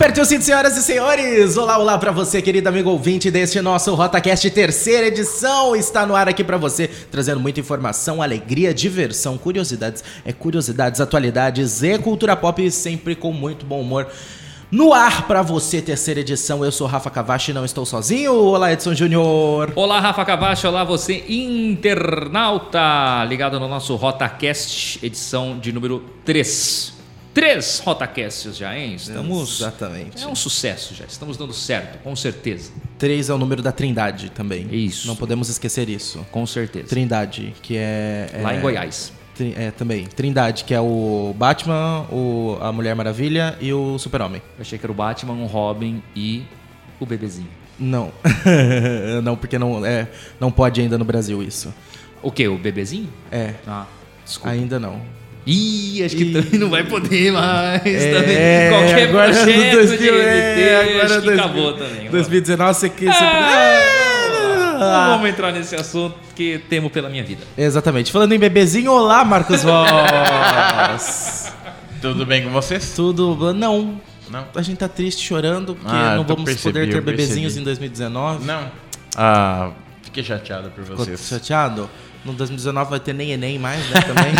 Aperte o cinto, senhoras e senhores! Olá, olá pra você, querido amigo ouvinte deste nosso RotaCast, terceira edição. Está no ar aqui pra você, trazendo muita informação, alegria, diversão, curiosidades, atualidades e cultura pop, sempre com muito bom humor. No ar pra você, terceira edição. Eu sou Rafa Cavachi e não estou sozinho. Olá, Edson Júnior. Olá, Rafa Cavachi. Olá, você, internauta, ligado no nosso RotaCast, edição de número 3. 3 RotaCasts já, hein? Estamos... Exatamente. É um sucesso já, estamos dando certo, com certeza. 3 é o número da Trindade também. Isso. Não podemos esquecer isso. Com certeza. Trindade, que é... Lá em Goiás. Também. Trindade, que é o Batman, a Mulher Maravilha e o Super-Homem. Eu achei que era o Batman, o Robin e o bebezinho. Não. Não, porque não pode ainda no Brasil isso. O quê? O bebezinho? É. Ah, desculpa. Ainda não. Ih, acho que também não vai poder mais. É, qualquer agora projeto 2000, de MT, agora acho que acabou também. 2019, você quis... Não vamos entrar nesse assunto que temo pela minha vida. Exatamente. Falando em bebezinho, olá, Marcos Voss. Tudo bem com vocês? Tudo... Não. Não? A gente tá triste, chorando, porque não vamos poder ter bebezinhos em 2019. Não. Fiquei chateado por vocês. Ficou chateado? No 2019 vai ter nem Enem mais, né, também.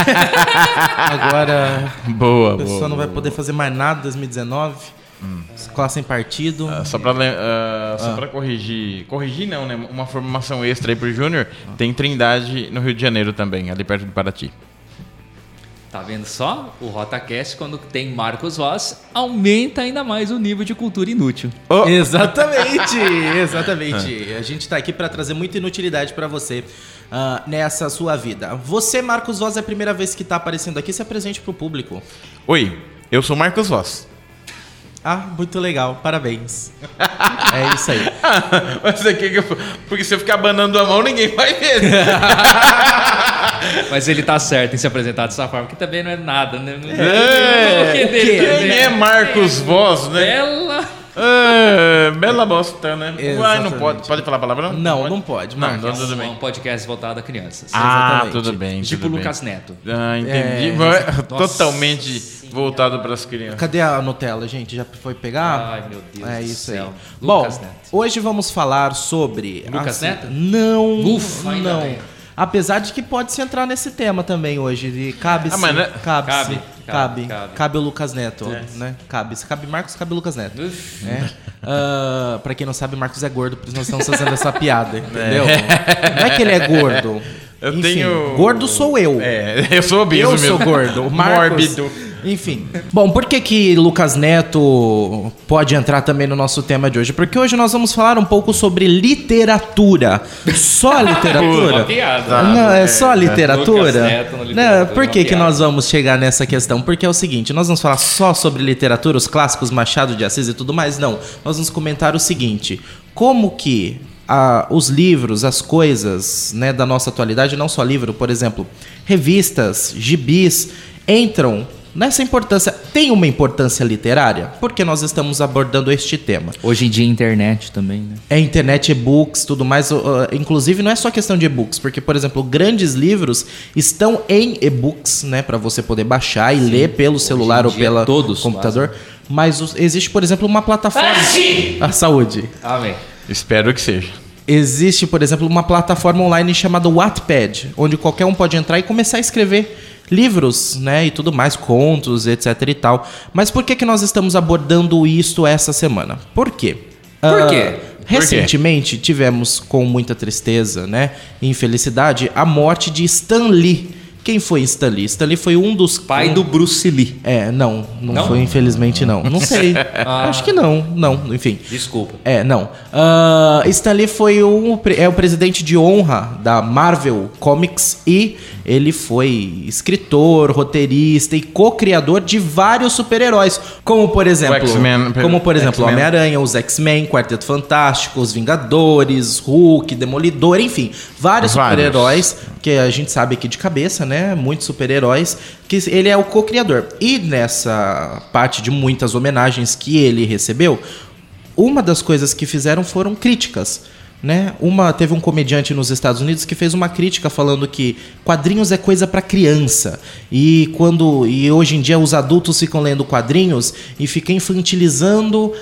Agora boa, a pessoa não vai poder fazer mais nada em 2019. Escola sem partido. Só pra corrigir não, né? Uma formação extra aí pro Júnior. Tem Trindade no Rio de Janeiro também, ali perto de Paraty. Tá vendo só? O RotaCast, quando tem Marcos Voss, aumenta ainda mais o nível de cultura inútil. Oh. Exatamente. A gente tá aqui pra trazer muita inutilidade pra você nessa sua vida. Você, Marcos Voss, é a primeira vez que tá aparecendo aqui. Se apresente pro público. Oi, eu sou Marcos Voss. Muito legal, parabéns. É isso aí. Porque se eu ficar abanando a mão, ninguém vai ver. Mas ele tá certo em se apresentar dessa forma, que também não é nada, né? Quem é Marcos Voss, né? Bela bosta, né? Não pode falar palavrão? Não pode. Não, tudo bem. Um podcast voltado a crianças. Exatamente. Tudo bem. Tipo Lucas Neto. Entendi. Totalmente voltado para as crianças. Cadê a Nutella, gente? Já foi pegar? Ai, meu Deus do isso céu. Aí. Lucas Bom, Neto. Hoje vamos falar sobre... Lucas Neto? Não. Ufa, não. Ainda Apesar de que pode-se entrar nesse tema também hoje. De cabe o Lucas Neto, né? Se cabe Marcos, cabe o Lucas Neto. Pra quem não sabe, Marcos é gordo, por isso nós estamos fazendo essa piada, entendeu? Não é que ele é gordo. Gordo sou eu. Eu sou obeso mesmo. Eu sou gordo. O Marcos, mórbido. Enfim. Bom, por que Lucas Neto pode entrar também no nosso tema de hoje? Porque hoje nós vamos falar um pouco sobre literatura. Só literatura? Uma piada. Não, é só literatura? Lucas Neto na literatura. Não, por que nós vamos chegar nessa questão? Porque é o seguinte, nós vamos falar só sobre literatura, os clássicos, Machado de Assis e tudo mais? Não. Nós vamos comentar o seguinte, como que os livros, as coisas, né, da nossa atualidade, não só livro, por exemplo, revistas, gibis, entram nessa importância. Tem uma importância literária? Porque nós estamos abordando este tema. Hoje em dia, internet também, né? Internet, e-books, tudo mais. Inclusive, não é só questão de e-books, porque, por exemplo, grandes livros estão em e-books, né, para você poder baixar e ler pelo celular ou pelo computador. Quase. Mas existe, por exemplo, uma plataforma... A saúde. Amém. Espero que seja. Existe, por exemplo, uma plataforma online chamada Wattpad, onde qualquer um pode entrar e começar a escrever livros, né, e tudo mais, contos, etc e tal. Mas por que nós estamos abordando isto essa semana? Por quê? Por quê? Recentemente tivemos, com muita tristeza, né, e infelicidade, a morte de Stan Lee. Quem foi Stan Lee? Stan Lee foi um dos... Pai do Bruce Lee. Não foi, infelizmente, não. Não sei. Acho que não, enfim. Desculpa. Não. Stan Lee foi o presidente de honra da Marvel Comics e ele foi escritor, roteirista e co-criador de vários super-heróis, como por exemplo, Homem-Aranha, os X-Men, Quarteto Fantástico, os Vingadores, Hulk, Demolidor, enfim, vários super-heróis que a gente sabe aqui de cabeça, né? Muitos super-heróis, que ele é o co-criador. E nessa parte de muitas homenagens que ele recebeu, uma das coisas que fizeram foram críticas. né? Teve um comediante nos Estados Unidos que fez uma crítica falando que quadrinhos é coisa para criança. E hoje em dia os adultos ficam lendo quadrinhos e ficam infantilizando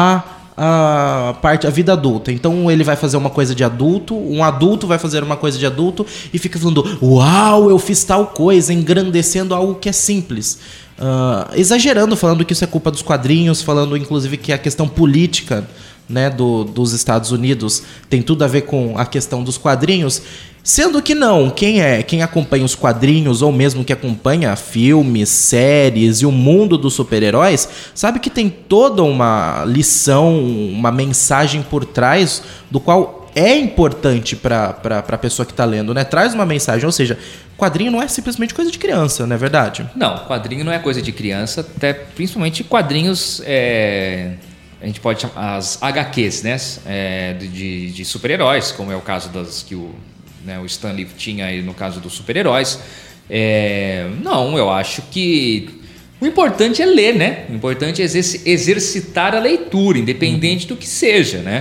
a vida adulta. Então ele vai fazer uma coisa de adulto, um adulto vai fazer uma coisa de adulto e fica falando: uau, eu fiz tal coisa, engrandecendo algo que é simples. Exagerando, falando que isso é culpa dos quadrinhos, falando inclusive que a questão política, né, dos Estados Unidos tem tudo a ver com a questão dos quadrinhos, sendo que não, quem acompanha os quadrinhos ou mesmo que acompanha filmes, séries e o mundo dos super-heróis, sabe que tem toda uma lição, uma mensagem por trás do qual é importante para a pessoa que está lendo, né? Traz uma mensagem, ou seja, quadrinho não é simplesmente coisa de criança, não é verdade? Não, quadrinho não é coisa de criança, até principalmente quadrinhos... A gente pode chamar as HQs, né? De super-heróis, como é o caso das que o Stan Lee tinha aí no caso dos super-heróis. Não, eu acho que o importante é ler, né? O importante é exercitar a leitura, independente do que seja, né?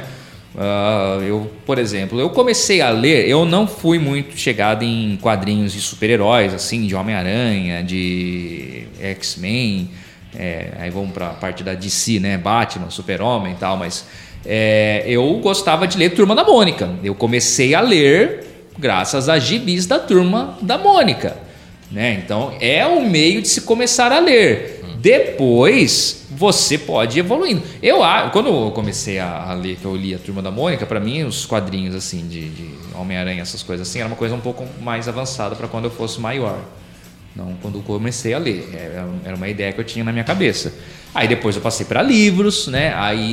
Por exemplo, eu comecei a ler, eu não fui muito chegado em quadrinhos de super-heróis, assim, de Homem-Aranha, de X-Men... aí vamos para a parte da DC, né? Batman, Super-Homem e tal, mas eu gostava de ler Turma da Mônica. Eu comecei a ler graças a gibis da Turma da Mônica, né? Então é um meio de se começar a ler. Depois você pode ir evoluindo. Quando eu comecei a ler, que eu li a Turma da Mônica, para mim os quadrinhos assim de Homem-Aranha, essas coisas assim, era uma coisa um pouco mais avançada para quando eu fosse maior. Não, quando eu comecei a ler, era uma ideia que eu tinha na minha cabeça. Aí depois eu passei para livros, né?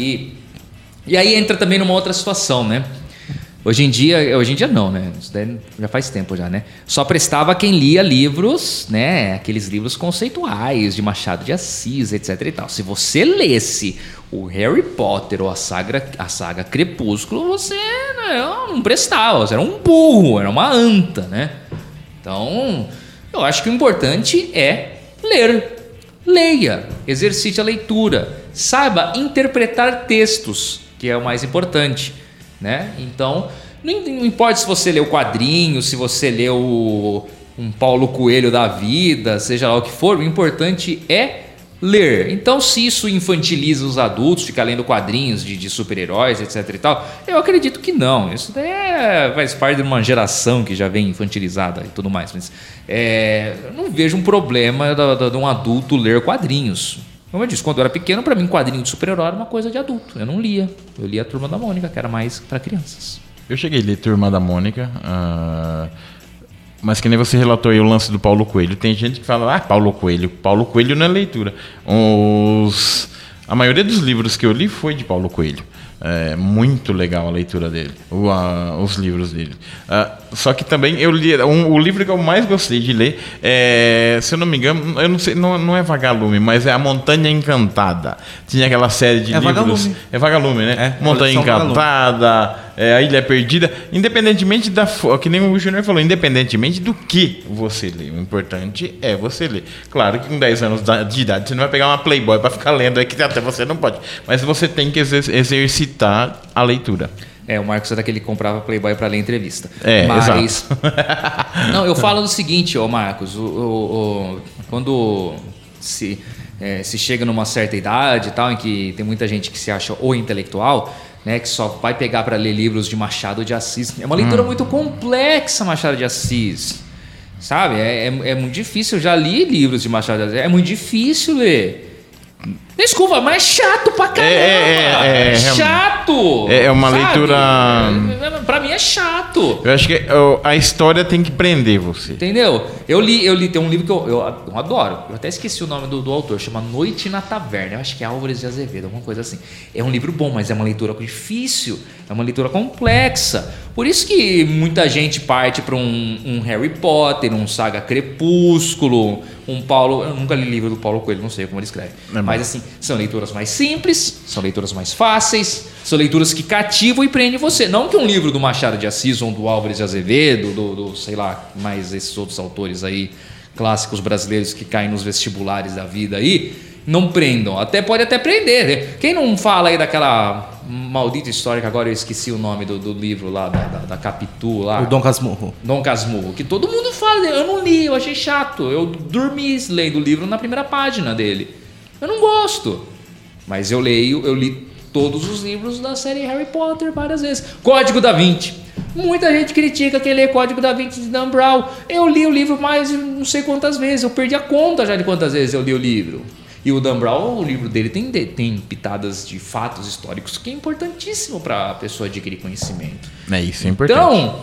E aí entra também numa outra situação, né? Hoje em dia não, né? Isso daí já faz tempo já, né? Só prestava quem lia livros, né? Aqueles livros conceituais de Machado de Assis, etc e tal. Se você lesse o Harry Potter ou a saga Crepúsculo, você não prestava, você era um burro, era uma anta, né? Então... eu acho que o importante é ler. Leia, exercite a leitura, saiba interpretar textos, que é o mais importante, né? Então, não importa se você leu quadrinho, se você leu um Paulo Coelho da vida, seja lá o que for, o importante é ler. Então, se isso infantiliza os adultos, ficar lendo quadrinhos de super-heróis, etc e tal, eu acredito que não. Isso daí faz parte de uma geração que já vem infantilizada e tudo mais. Mas eu não vejo um problema de um adulto ler quadrinhos. Como eu disse, quando eu era pequeno, para mim, quadrinho de super-herói era uma coisa de adulto. Eu não lia. Eu lia a Turma da Mônica, que era mais para crianças. Eu cheguei a ler Turma da Mônica... mas que nem você relatou aí o lance do Paulo Coelho. Tem gente que fala, Paulo Coelho não é leitura. A maioria dos livros que eu li foi de Paulo Coelho. É muito legal a leitura dele, os livros dele. Só que também eu li o livro que eu mais gostei de ler, se eu não me engano, eu não sei, não é Vagalume, mas é A Montanha Encantada. Tinha aquela série de livros. Vagalume. É Vagalume, né? Montanha Encantada, A Ilha Perdida. Independentemente que nem o Júnior falou, independentemente do que você lê, o importante é você ler. Claro que com 10 anos de idade você não vai pegar uma Playboy para ficar lendo, é que até você não pode. Mas você tem que exercitar a leitura. O Marcos é daquele que comprava Playboy para ler entrevista. Exato. Não, eu falo do seguinte, Marcos, quando se chega numa certa idade e tal, em que tem muita gente que se acha o intelectual, né, que só vai pegar para ler livros de Machado de Assis. É uma leitura muito complexa, Machado de Assis. Sabe? É muito difícil. Eu já li livros de Machado de Assis. É muito difícil ler. Desculpa, mas é chato pra caramba. Chato. É uma leitura... Pra mim é chato. Eu acho que a história tem que prender você. Entendeu? Eu li, tem um livro que eu adoro. Eu até esqueci o nome do autor. Chama Noite na Taverna. Eu acho que é Álvares de Azevedo, alguma coisa assim. É um livro bom, mas é uma leitura difícil. É uma leitura complexa. Por isso que muita gente parte para um Harry Potter, um Saga Crepúsculo, um Paulo... Eu nunca li livro do Paulo Coelho, não sei como ele escreve. Mas assim, são leituras mais simples, são leituras mais fáceis, são leituras que cativam e prendem você. Não que um livro do Machado de Assis ou do Álvares de Azevedo, do sei lá, mais esses outros autores aí, clássicos brasileiros que caem nos vestibulares da vida aí, não prendam. Pode até prender. Quem não fala aí daquela maldita história que agora eu esqueci o nome do livro lá, da Capitu lá. O Dom Casmurro. Dom Casmurro, que todo mundo fala, eu não li, eu achei chato. Eu dormi lendo o livro na primeira página dele. Eu não gosto. Mas eu li todos os livros da série Harry Potter várias vezes. Código da Vinci. Muita gente critica quem lê Código da Vinci de Dan Brown. Eu li o livro mais não sei quantas vezes. Eu perdi a conta já de quantas vezes eu li o livro. E o Dan Brown, o livro dele tem pitadas de fatos históricos que é importantíssimo para a pessoa adquirir conhecimento. Isso é importante. Então,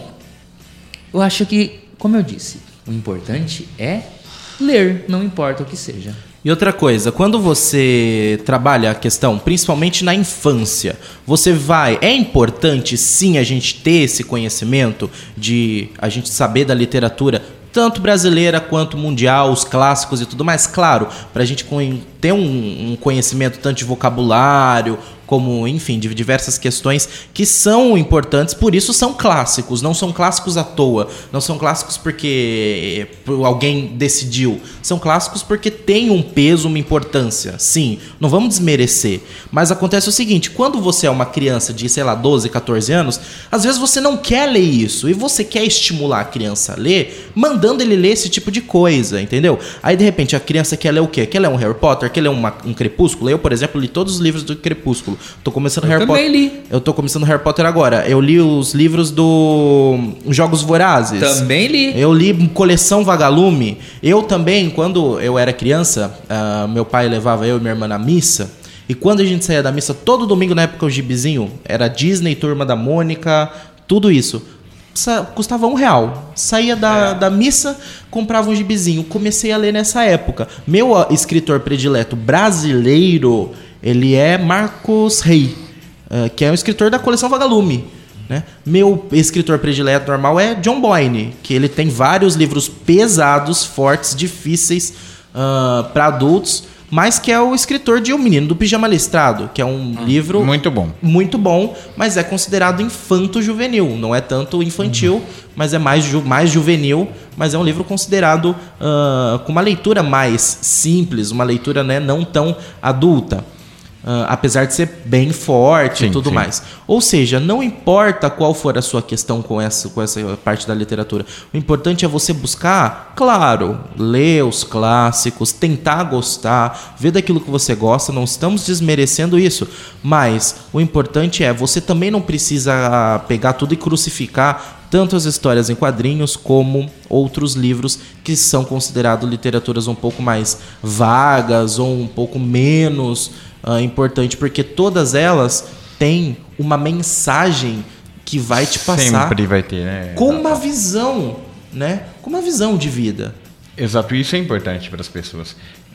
eu acho que, como eu disse, o importante é ler, não importa o que seja. E outra coisa, quando você trabalha a questão, principalmente na infância, você é importante sim a gente ter esse conhecimento de a gente saber da literatura, tanto brasileira quanto mundial, os clássicos e tudo mais, claro, para a gente ter um conhecimento tanto de vocabulário, como, enfim, de diversas questões que são importantes, por isso são clássicos, não são clássicos à toa, não são clássicos porque alguém decidiu, são clássicos porque tem um peso, uma importância, sim, não vamos desmerecer, mas acontece o seguinte, quando você é uma criança de, sei lá, 12, 14 anos, às vezes você não quer ler isso, e você quer estimular a criança a ler, mandando ele ler esse tipo de coisa, entendeu? Aí, de repente, a criança quer ler o quê? Quer ler um Harry Potter? Quer ler um Crepúsculo? Eu, por exemplo, li todos os livros do Crepúsculo. Tô começando Harry Potter. Li. Eu tô começando Harry Potter agora. Eu li os livros do Jogos Vorazes. Também li. Eu li Coleção Vagalume. Eu também, quando eu era criança, meu pai levava eu e minha irmã na missa. E quando a gente saía da missa, todo domingo, na época, o gibizinho, era Disney, Turma da Mônica, tudo isso. Custava R$1. Saía da missa, comprava um gibizinho. Comecei a ler nessa época. Meu escritor predileto brasileiro, ele é Marcos Rey, que é um escritor da Coleção Vagalume, né? Meu escritor predileto normal é John Boyne, que ele tem vários livros pesados, fortes, difíceis para adultos, mas que é o escritor de O Menino do Pijama Listrado, que é um livro muito bom, mas é considerado infanto-juvenil, não é tanto infantil, mas é mais juvenil, mas é um livro considerado com uma leitura mais simples, uma leitura, né, não tão adulta. Apesar de ser bem forte e tudo mais. Ou seja, não importa qual for a sua questão com essa parte da literatura. O importante é você buscar, claro, ler os clássicos, tentar gostar, ver daquilo que você gosta. Não estamos desmerecendo isso. Mas o importante é, você também não precisa pegar tudo e crucificar tanto as histórias em quadrinhos como outros livros que são considerados literaturas um pouco mais vagas ou um pouco menos importante, porque todas elas têm uma mensagem que vai te passar. Sempre vai ter, né? Com uma visão, né? Com uma visão de vida. Exato, isso é importante para as pessoas.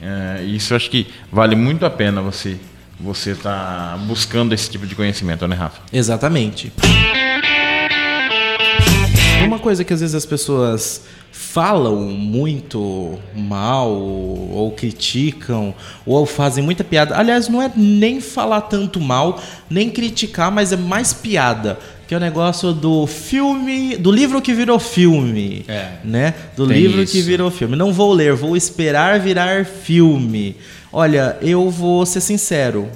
Isso acho que vale muito a pena você tá buscando esse tipo de conhecimento, né, Rafa? Exatamente. Uma coisa que às vezes as pessoas falam muito mal ou criticam ou fazem muita piada. Aliás, não é nem falar tanto mal, nem criticar, mas é mais piada. Que é o negócio do filme, do livro que virou filme, né? Do livro isso. Que virou filme. Não vou ler, vou esperar virar filme. Olha, eu vou ser sincero.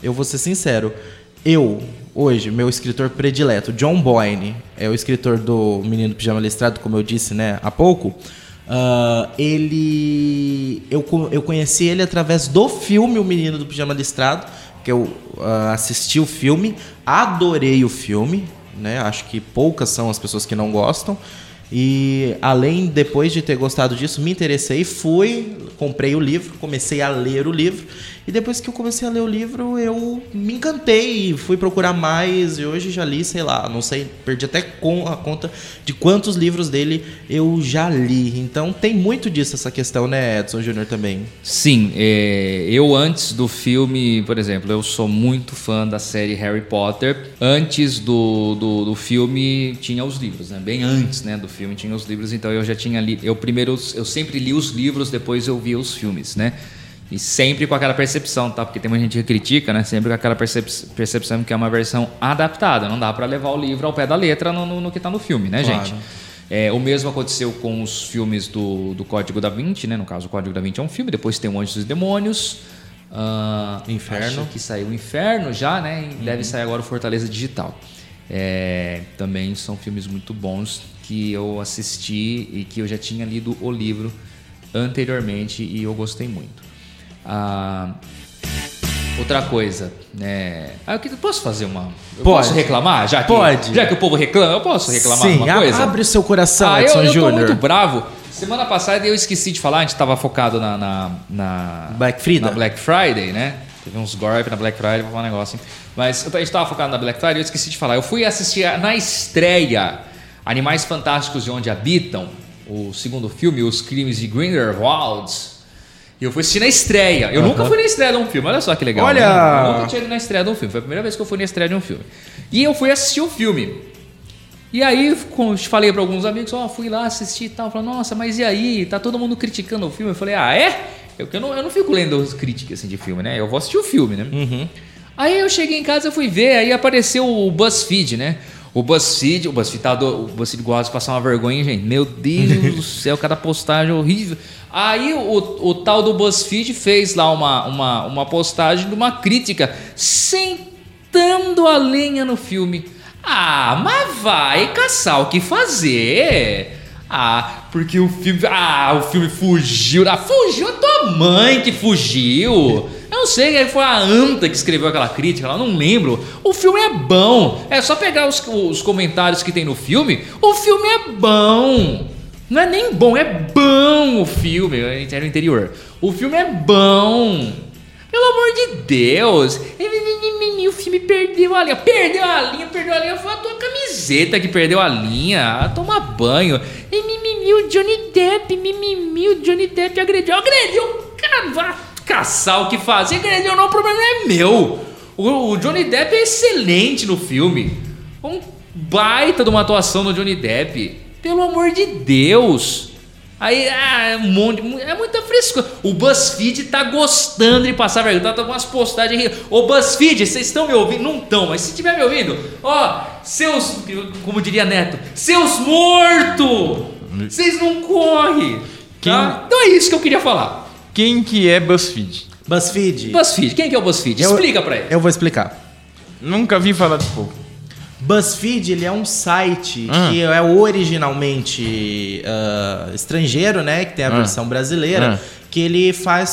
Hoje, meu escritor predileto, John Boyne, é o escritor do Menino do Pijama Listrado, como eu disse, né, há pouco. Eu conheci ele através do filme O Menino do Pijama Listrado, que eu assisti o filme, adorei o filme, né, acho que poucas são as pessoas que não gostam. E depois de ter gostado disso, me interessei, comprei o livro, comecei a ler o livro. E depois que eu comecei a ler o livro, eu me encantei e fui procurar mais. E hoje já li, sei lá, não sei, perdi até a conta de quantos livros dele eu já li. Então tem muito disso, essa questão, né, Edson Júnior, também? Sim, eu antes do filme, por exemplo, eu sou muito fã da série Harry Potter. Antes do filme tinha os livros, né? Bem antes, né, do filme tinha os livros, então eu já tinha lido. Eu sempre li os livros, depois eu via os filmes, né? E sempre com aquela percepção, tá? Porque tem uma gente que critica, né? Sempre com aquela percepção que é uma versão adaptada. Não dá para levar o livro ao pé da letra no que tá no filme, né, claro. Gente? O mesmo aconteceu com os filmes do Código da Vinci, né? No caso, o Código da Vinci é um filme, depois tem o Anjos e Demônios. Inferno. Acho que saiu o Inferno já, né? E deve sair agora o Fortaleza Digital. Também são filmes muito bons que eu assisti e que eu já tinha lido o livro anteriormente e eu gostei muito. Outra coisa, né? Posso fazer uma... Posso reclamar? Pode. Já que o povo reclama, eu posso reclamar uma coisa? Abre o seu coração, Edson Júnior. Eu tô muito bravo. Semana passada eu esqueci de falar, a gente tava focado na Black Friday, né? Teve uns golpes na Black Friday, vou falar um negócio, hein? Mas a gente tava focado na Black Friday e eu esqueci de falar. Eu fui assistir na estreia Animais Fantásticos e Onde Habitam, o segundo filme, Os Crimes de Grindelwald. E eu fui assistir na estreia. Eu nunca fui na estreia de um filme. Olha só que legal. Olha! Né? Eu nunca tinha ido na estreia de um filme. Foi a primeira vez que eu fui na estreia de um filme. E eu fui assistir o filme. E aí, falei para alguns amigos, fui lá assistir e tal. Falaram, nossa, mas e aí? Tá todo mundo criticando o filme. Eu falei, eu não fico lendo as críticas assim, de filme, né? Eu vou assistir o filme, né? Uhum. Aí eu cheguei em casa, fui ver, aí apareceu o BuzzFeed, né? O BuzzFeed gosta de passar uma vergonha, gente. Meu Deus do céu, cada postagem horrível. Aí o tal do BuzzFeed fez lá uma postagem de uma crítica sentando a lenha no filme. Mas vai caçar o que fazer. Porque o filme fugiu. Fugiu a tua mãe que fugiu. Eu não sei, aí foi a Anta que escreveu aquela crítica, eu não lembro. O filme é bom. É só pegar os comentários que tem no filme. O filme é bom. Não é nem bom, é bom o filme. É no interior. O filme é bom. Pelo amor de Deus. O filme perdeu a linha. Perdeu a linha. Foi a tua camiseta que perdeu a linha. Toma banho. O Johnny Depp agrediu. Cara, vai caçar o que fazer. Agrediu não, o problema é meu. O Johnny Depp é excelente no filme. Um baita de uma atuação do Johnny Depp. Pelo amor de Deus. Aí, é muita frescura. O BuzzFeed tá gostando de passar vergonha. Tá com umas postagens. Ô BuzzFeed, vocês estão me ouvindo? Não estão, mas se estiver me ouvindo, seus, como diria Neto, seus mortos! Vocês não correm! Tá? Então é isso que eu queria falar. Quem que é BuzzFeed? BuzzFeed, quem que é o BuzzFeed? Explica pra ele. Eu vou explicar. Nunca vi falar desse povo. BuzzFeed, ele é um site que é originalmente estrangeiro, né? Que tem a versão brasileira. Que ele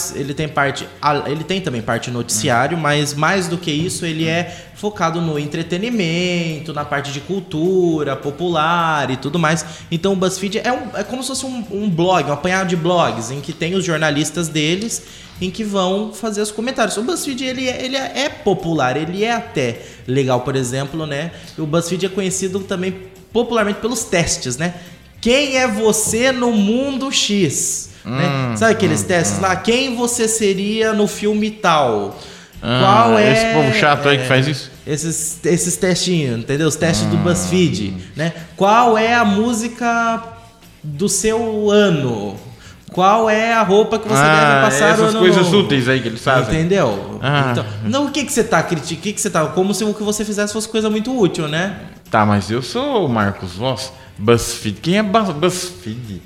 tem também parte noticiário, mas mais do que isso, ele é focado no entretenimento, na parte de cultura popular e tudo mais. Então o BuzzFeed é como se fosse um blog, um apanhado de blogs, em que tem os jornalistas deles, em que vão fazer os comentários. O BuzzFeed, ele é popular, ele é até legal, por exemplo, né? O BuzzFeed é conhecido também popularmente pelos testes, né? Quem é você no mundo X? Né? Sabe aqueles testes lá? Quem você seria no filme tal? Qual é... Esse povo chato aí que faz isso? Esses testinhos, entendeu? Os testes do BuzzFeed, né? Qual é a música do seu ano? Qual é a roupa que você deve passar essas o ano coisas novo? úteis aí que eles fazem. Entendeu? Então, não, o que você tá criticando? O que você tá... Como se o que você fizesse fosse coisa muito útil, né? Tá, mas eu sou o Marcos Voss. BuzzFeed. Quem é BuzzFeed?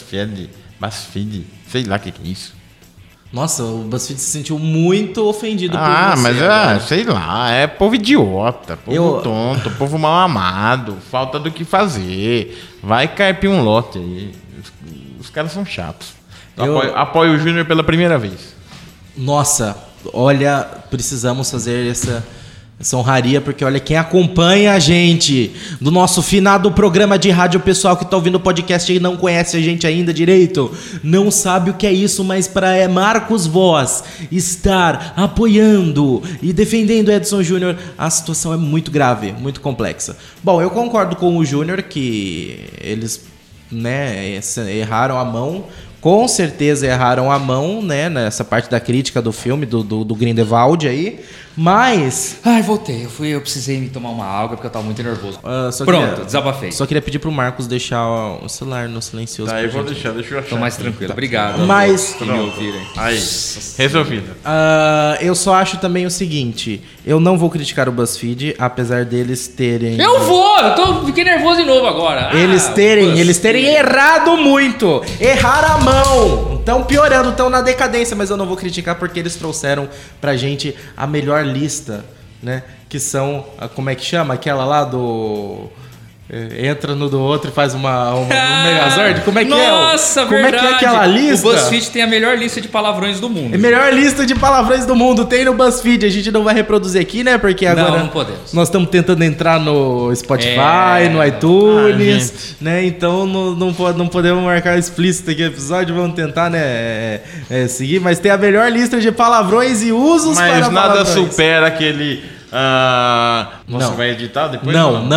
BuzzFeed. Sei lá o que é isso. Nossa, o BuzzFeed se sentiu muito ofendido por você. Mas sei lá, é povo idiota, povo tonto, povo mal amado, falta do que fazer. Vai carpir um lote aí. Os caras são chatos. Apoio o Júnior pela primeira vez. Nossa, olha, precisamos fazer essa honraria, porque olha, quem acompanha a gente do nosso finado programa de rádio, o pessoal que tá ouvindo o podcast e não conhece a gente ainda direito, não sabe o que é isso, mas para Marcos Voss estar apoiando e defendendo Edson Júnior, a situação é muito grave, muito complexa. Bom, eu concordo com o Júnior que eles, né, erraram a mão. Com certeza erraram a mão, né, nessa parte da crítica do filme, do Grindelwald aí, mas... Ai, voltei. Eu precisei me tomar uma água porque eu tava muito nervoso. Desabafei. Só queria pedir pro Marcos deixar o celular no silencioso. Tá, eu vou deixar eu achar. Tô mais tranquilo. Obrigado. Mas... Que me ouvirem. Aí, resolvido. Eu só acho também o seguinte, eu não vou criticar o BuzzFeed, apesar deles terem... Fiquei nervoso de novo agora. Eles terem errado muito. Errar a mão. tão piorando, tão na decadência, mas eu não vou criticar porque eles trouxeram pra gente a melhor lista, né? Que são, como é que chama? Aquela lá do... entra no do outro e faz um Megazord. Como é que Nossa, Como verdade. é que é aquela lista? O BuzzFeed tem a melhor lista de palavrões do mundo. É a melhor lista de palavrões do mundo. Tem no BuzzFeed. A gente não vai reproduzir aqui, né? Porque agora não podemos. Nós estamos tentando entrar no Spotify, no iTunes, né? Então não podemos marcar explícito aqui no episódio. Vamos tentar, né? Seguir. Mas tem a melhor lista de palavrões e usos para Mas nada palavrões. supera aquele... você Não. vai editar depois?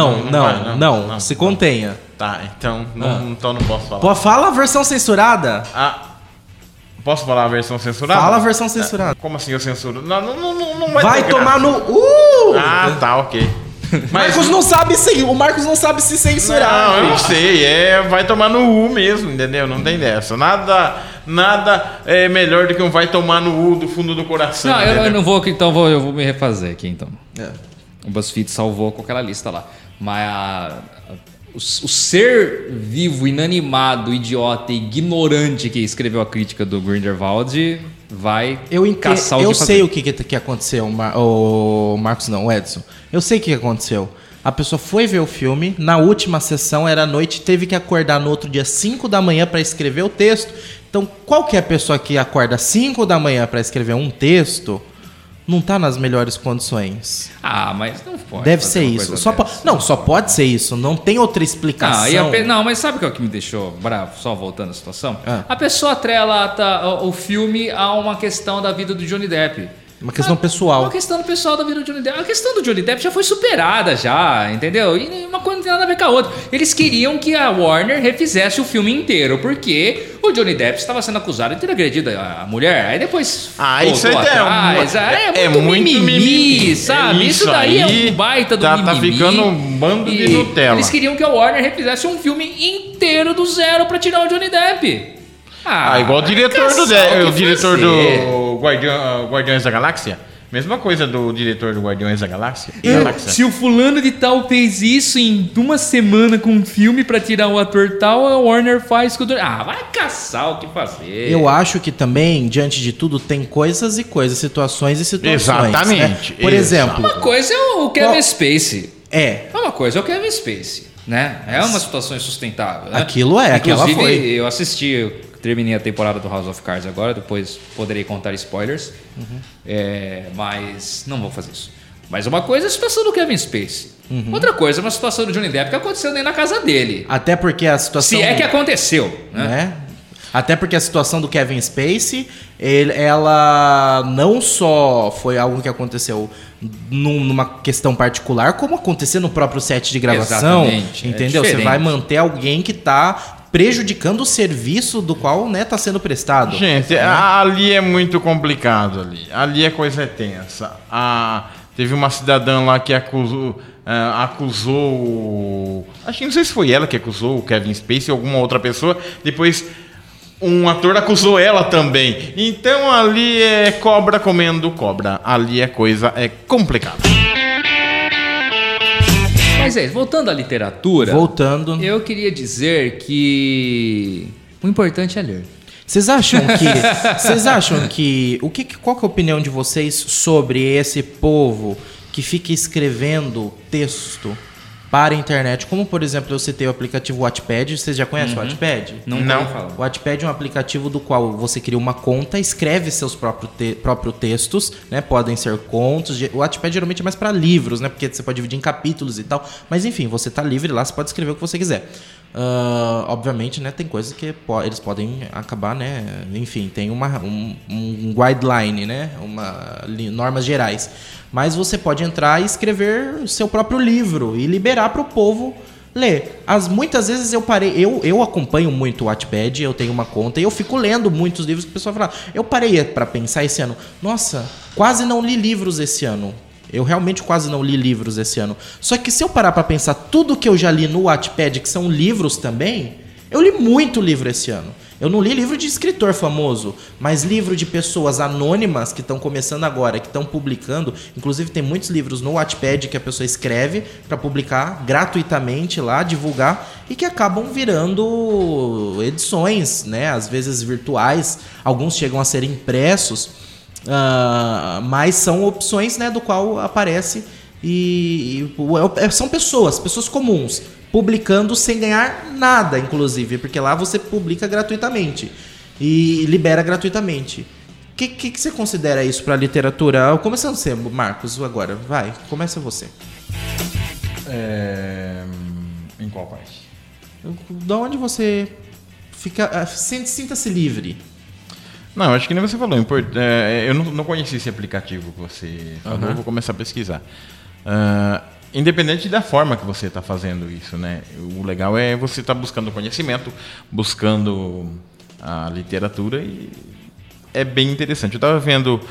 Não. Se contenha. Tá, então não posso falar. Pô, fala a versão censurada. Posso falar a versão censurada? Fala a versão censurada. Como assim eu censuro? Não Vai ter tomar graça. no... Tá, ok. Mas o Marcos não sabe se censurar. Não, eu sei, vai tomar no U mesmo, entendeu? Não tem dessa. Nada é melhor do que um vai tomar no U do fundo do coração. Não, eu não vou, então eu vou me refazer aqui, então. É. O BuzzFeed salvou com aquela lista lá. Mas o ser vivo, inanimado, idiota e ignorante que escreveu a crítica do Grindelwald vai caçar o que fazer. Eu sei o que aconteceu, o Marcos não, o Edson. Eu sei o que aconteceu. A pessoa foi ver o filme, na última sessão, era à noite, teve que acordar no outro dia 5 da manhã para escrever o texto. Então, qualquer pessoa que acorda 5 da manhã para escrever um texto não tá nas melhores condições. Mas não pode. Deve ser isso. Só pode ser isso. Não tem outra explicação. Não, mas sabe o que me deixou bravo? Só voltando à situação. A pessoa atrela o filme a uma questão da vida do Johnny Depp. Uma questão pessoal. Uma questão pessoal da vida do Johnny Depp. A questão do Johnny Depp já foi superada, entendeu? E uma coisa não tem nada a ver com a outra. Eles queriam que a Warner refizesse o filme inteiro, porque o Johnny Depp estava sendo acusado de ter agredido a mulher. Aí depois isso aí atrás. É muito mimimi, sabe? Isso daí é um baita do mimimi. Tá ficando um bando de Nutella. Eles queriam que a Warner refizesse um filme inteiro do zero pra tirar o Johnny Depp. Igual o diretor do Guardiões da Galáxia. Mesma coisa do diretor do Guardiões da Galáxia. Se o fulano de tal fez isso em uma semana com um filme pra tirar o ator tal, a Warner faz com o... vai caçar o que fazer. Eu acho que também, diante de tudo, tem coisas e coisas, situações e situações. Exatamente. Né? Por exemplo... Uma coisa é o Kevin Spacey. Uma coisa é o Kevin Spacey, né? É uma situação insustentável, né? Aquilo aquela foi. Inclusive, eu assisti... Terminei a temporada do House of Cards agora, depois poderei contar spoilers. Mas não vou fazer isso. Mas uma coisa é a situação do Kevin Spacey. Outra coisa é uma situação do Johnny Depp que aconteceu dentro da casa dele. Até porque a situação... Se é que aconteceu, né? Até porque a situação do Kevin Spacey, ela não só foi algo que aconteceu numa questão particular, como acontecer no próprio set de gravação. Exatamente. Entendeu? Você vai manter alguém que está prejudicando o serviço do qual, né, está sendo prestado. Gente, ali é muito complicado. Ali a coisa é tensa. Teve uma cidadã lá que acusou... Acho que não sei se foi ela que acusou o Kevin Spacey ou alguma outra pessoa. Depois... um ator acusou ela também. Então ali é cobra comendo cobra. Ali a coisa é complicada. Mas voltando à literatura... Eu queria dizer que o importante é ler. Vocês acham que... Qual que é a opinião de vocês sobre esse povo que fica escrevendo texto para a internet? Como, por exemplo, eu citei o aplicativo Wattpad. Vocês já conhecem o Wattpad? Não. O Wattpad é um aplicativo do qual você cria uma conta, escreve seus próprios textos, né? Podem ser contos. O Wattpad geralmente é mais para livros, né? Porque você pode dividir em capítulos e tal. Mas enfim, você tá livre lá, você pode escrever o que você quiser. Obviamente, né? Tem coisas que eles podem acabar, né? Enfim, tem um guideline, né? Normas gerais. Mas você pode entrar e escrever o seu próprio livro e liberar para o povo ler. Muitas vezes eu acompanho muito o Wattpad, eu tenho uma conta e eu fico lendo muitos livros que o pessoal fala. Eu parei para pensar esse ano, nossa, quase não li livros esse ano. Eu realmente quase não li livros esse ano. Só que se eu parar para pensar tudo que eu já li no Wattpad, que são livros também, Eu li muito livro esse ano. Eu não li livro de escritor famoso, mas livro de pessoas anônimas que estão começando agora, que estão publicando. Inclusive tem muitos livros no Wattpad que a pessoa escreve para publicar gratuitamente lá, divulgar, e que acabam virando edições, né? Às vezes virtuais, alguns chegam a ser impressos, mas são opções, né, do qual aparece são pessoas comuns, publicando sem ganhar nada, inclusive, porque lá você publica gratuitamente e libera gratuitamente. O que você considera isso para a literatura? Começando você, Marcos, agora. Vai, começa você. Em qual parte? Da onde você fica, sinta-se livre. Não, acho que nem você falou. Eu não conheci esse aplicativo que você falou, eu vou começar a pesquisar. Independente da forma que você está fazendo isso, né? O legal é você estar buscando conhecimento, buscando a literatura, e é bem interessante. Eu estava vendo,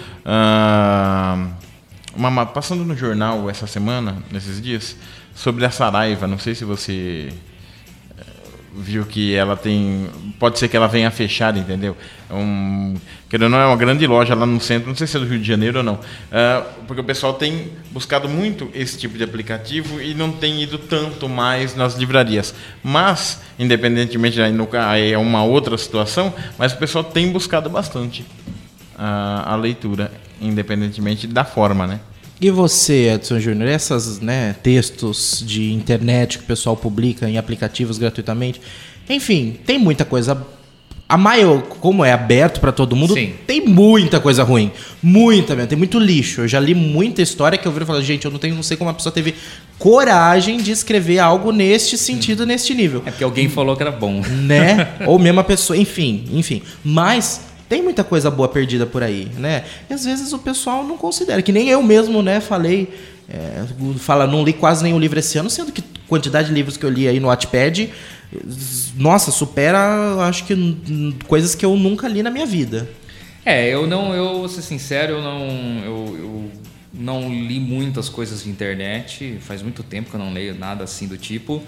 passando no jornal essa semana, nesses dias, sobre a Saraiva. Não sei se você viu que ela tem... Pode ser que ela venha a fechar, entendeu? Querendo ou não, é uma grande loja lá no centro, não sei se é do Rio de Janeiro ou não. Porque o pessoal tem buscado muito esse tipo de aplicativo e não tem ido tanto mais nas livrarias. Mas, independentemente, aí é uma outra situação, mas o pessoal tem buscado bastante a leitura, independentemente da forma, né? E você, Edson Júnior, esses, né, textos de internet que o pessoal publica em aplicativos gratuitamente, enfim, tem muita coisa. A maior, como é aberto para todo mundo, Sim. Tem muita coisa ruim. Muita mesmo, tem muito lixo. Eu já li muita história que eu vi e falei, gente, eu não sei como a pessoa teve coragem de escrever algo neste sentido, neste nível. É porque alguém falou que era bom. Né? Ou mesmo a pessoa, enfim. Mas tem muita coisa boa perdida por aí, né? E às vezes o pessoal não considera, que nem eu mesmo, né, falei, não li quase nenhum livro esse ano, sendo que a quantidade de livros que eu li aí no Wattpad, nossa, supera, acho que coisas que eu nunca li na minha vida. Eu vou ser sincero, eu não li muitas coisas de internet, faz muito tempo que eu não leio nada assim do tipo,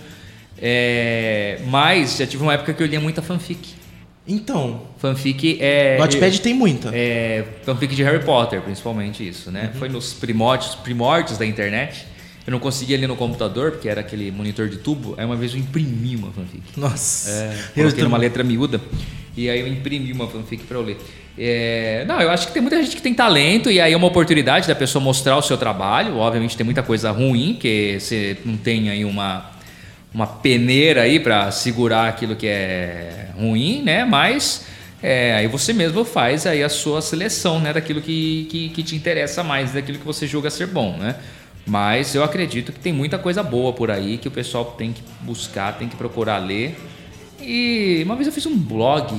mas já tive uma época que eu lia muita fanfic. Então, fanfic no Wattpad tem muita. Fanfic de Harry Potter, principalmente isso, né? Foi nos primórdios da internet. Eu não conseguia ler no computador, porque era aquele monitor de tubo. Aí uma vez eu imprimi uma fanfic. Nossa. Coloquei numa letra miúda. E aí eu imprimi uma fanfic para eu ler. Eu acho que tem muita gente que tem talento, e aí é uma oportunidade da pessoa mostrar o seu trabalho. Obviamente tem muita coisa ruim, que você não tem aí uma peneira aí para segurar aquilo que é ruim, né? Mas aí você mesmo faz aí a sua seleção, né? Daquilo que te interessa mais, daquilo que você julga ser bom, né? Mas eu acredito que tem muita coisa boa por aí que o pessoal tem que buscar, tem que procurar ler. E uma vez eu fiz um blog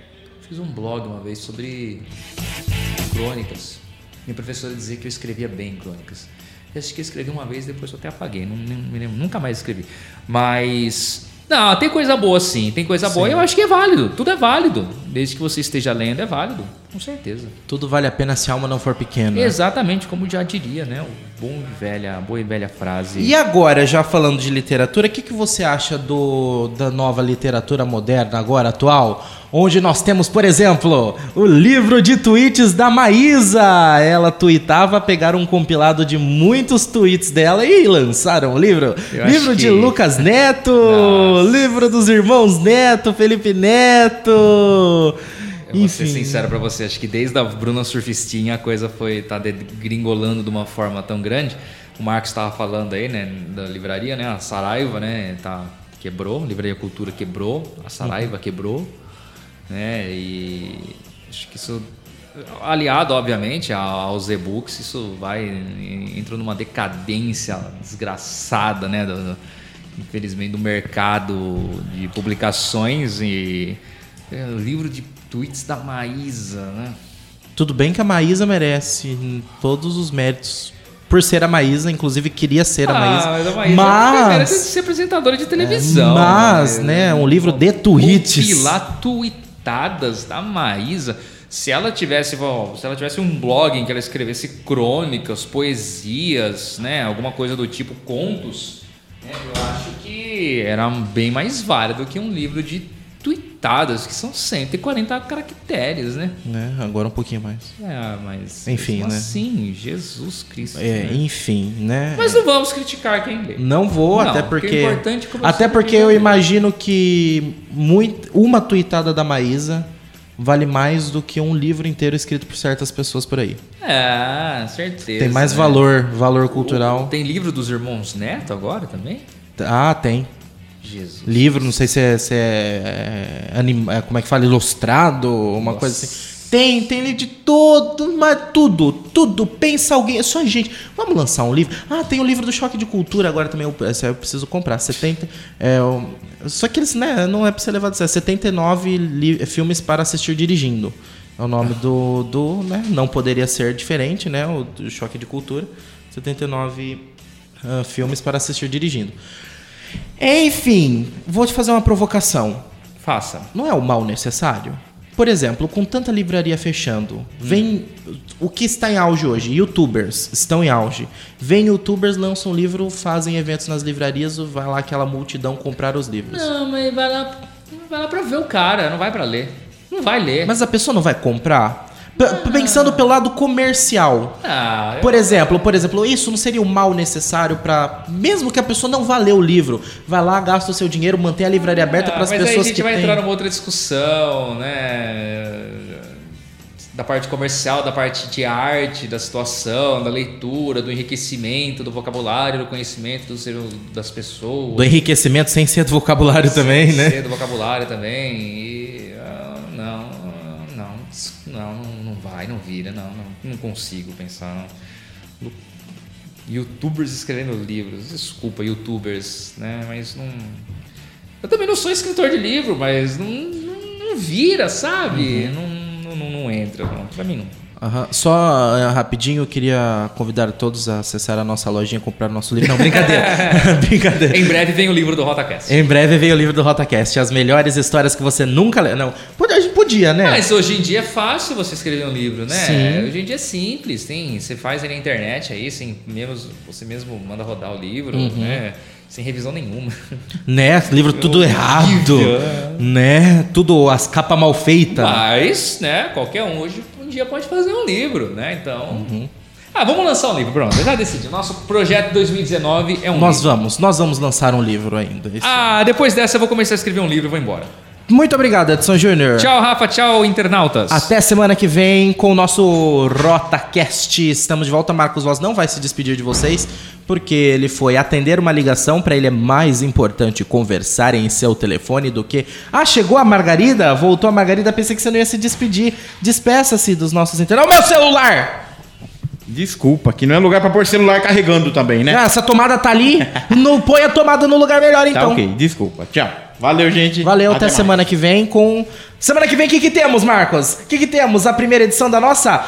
uma vez sobre crônicas. Minha professora dizia que eu escrevia bem crônicas. Eu acho que eu escrevi uma vez, depois eu até apaguei, não me lembro, nunca mais escrevi. Mas não, tem coisa boa sim, tem coisa boa. Eu acho que é válido, tudo é válido. Desde que você esteja lendo, é válido, com certeza. Tudo vale a pena se a alma não for pequena. Exatamente, como já diria, né? Boa e velha frase. E agora, já falando de literatura, o que você acha da nova literatura moderna, agora, atual? Onde nós temos, por exemplo, o livro de tweets da Maísa. Ela tweetava, pegaram um compilado de muitos tweets dela e lançaram o livro. Livro de Lucas Neto, livro dos irmãos Neto, Felipe Neto. Eu vou ser sincero pra você, acho que desde a Bruna Surfistinha a coisa tá degringolando de uma forma tão grande. O Marcos estava falando aí, né, da livraria, né, a Saraiva, né, quebrou, a Livraria Cultura quebrou, a Saraiva quebrou, né, e acho que isso, aliado, obviamente, aos e-books, isso entrou numa decadência desgraçada, né, infelizmente, do mercado de publicações e livro de tweets da Maísa, né? Tudo bem que a Maísa merece todos os méritos por ser a Maísa, inclusive queria ser a Maísa. Mas merece ser apresentadora de televisão. Mas, né, um livro de tweets. Compilar tweetadas da Maísa. Se ela tivesse um blog em que ela escrevesse crônicas, poesias, né, alguma coisa do tipo contos, eu acho que era bem mais válido que um livro de limitadas, que são 140 caracteres, né? Agora um pouquinho mais. Mas... Enfim, né? Sim, Jesus Cristo. né? Enfim, né? Mas não vamos criticar quem lê. Não vou, não, até porque... É importante até porque eu imagino que uma tuitada da Maísa vale mais do que um livro inteiro escrito por certas pessoas por aí. Certeza. Tem mais valor cultural. Tem livro dos Irmãos Neto agora também? Tem. Jesus. Livro, não sei se como é que fala? Ilustrado, uma coisa assim. Tem livro de todo, mas tudo. Pensa alguém, é só gente. Vamos lançar um livro? Tem o livro do Choque de Cultura agora também, esse eu preciso comprar. 70. Só que eles, né, não é pra ser levado a sério. 79 filmes para assistir dirigindo. É o nome do né? Não poderia ser diferente, né? O do Choque de Cultura. 79 filmes para assistir dirigindo. Enfim, vou te fazer uma provocação. Faça. Não é o mal necessário? Por exemplo, com tanta livraria fechando, vem o que está em auge hoje, youtubers estão em auge. Vem youtubers, lançam um livro, fazem eventos nas livrarias, vai lá aquela multidão comprar os livros. Não, mas vai lá pra ver o cara, não vai pra ler. Não vai ler. Mas a pessoa não vai comprar? Pensando pelo lado comercial. Por exemplo, isso não seria um mal necessário para, mesmo que a pessoa não vá ler o livro, vai lá, gasta o seu dinheiro, mantém a livraria aberta para as pessoas que Mas aí a gente vai entrar numa outra discussão, né? Da parte comercial, da parte de arte, da situação, da leitura, do enriquecimento, do vocabulário, do conhecimento das pessoas. Do enriquecimento sem ser do vocabulário também, né? Sem ser do vocabulário também. E, não vai, não vira, não consigo pensar. Não. Youtubers escrevendo livros, desculpa, youtubers, né? Mas não. Eu também não sou escritor de livro, mas não vira, sabe? Não entra, não. Pra mim não. Só rapidinho, eu queria convidar todos a acessar a nossa lojinha e comprar o nosso livro. Não, brincadeira. Brincadeira. Em breve vem o livro do RotaCast. Em breve vem o livro do RotaCast. As melhores histórias que você nunca leu. Não, a gente podia, né? Mas hoje em dia é fácil você escrever um livro, né? Sim. Hoje em dia é simples. Você faz aí na internet, aí, você mesmo manda rodar o livro, né? Sem revisão nenhuma. Né? Livro tudo errado. Né? Tudo as capas mal feitas. Mas, né? Qualquer um hoje um dia pode fazer um livro, né? Então... vamos lançar um livro, pronto. Eu já decidi. Nosso projeto 2019 é um livro. Nós vamos lançar um livro ainda. Depois dessa eu vou começar a escrever um livro e vou embora. Muito obrigado, Edson Júnior. Tchau, Rafa. Tchau, internautas. Até semana que vem com o nosso RotaCast. Estamos de volta. Marcos Voz não vai se despedir de vocês, porque ele foi atender uma ligação. Para ele é mais importante conversar em seu telefone do que... chegou a Margarida? Voltou a Margarida. Pensei que você não ia se despedir. Despeça-se dos nossos internautas. O meu celular! Desculpa, que não é lugar pra pôr celular carregando também, né? Essa tomada tá ali. Não põe a tomada no lugar melhor, então. Tá ok, desculpa. Tchau. Valeu, gente. Valeu, até semana que vem com... Semana que vem, o que temos, Marcos? O que temos? A primeira edição da nossa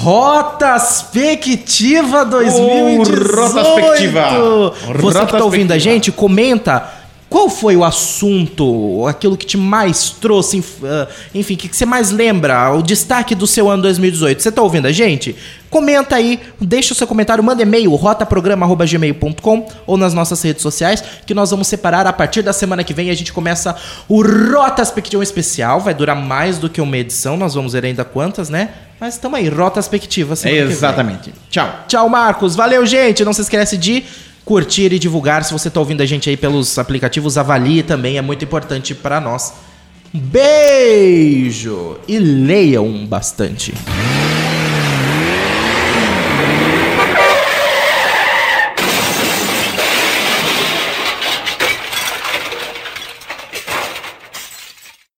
Rotaspectiva 2018. Rotaspectiva. Você que tá ouvindo a gente, comenta... Qual foi o assunto, aquilo que te mais trouxe, enfim, o que você mais lembra, o destaque do seu ano 2018? Você tá ouvindo a gente? Comenta aí, deixa o seu comentário, manda e-mail, rotaprograma@gmail.com ou nas nossas redes sociais, que nós vamos separar a partir da semana que vem. A gente começa o Rotaspectiva especial, vai durar mais do que uma edição, nós vamos ver ainda quantas, né? Mas tamo aí, Rotaspectiva semana que vem. Exatamente. Tchau. Tchau, Marcos. Valeu, gente. Não se esquece de... curtir e divulgar. Se você está ouvindo a gente aí pelos aplicativos, avalie também, é muito importante para nós. Beijo! E leiam bastante.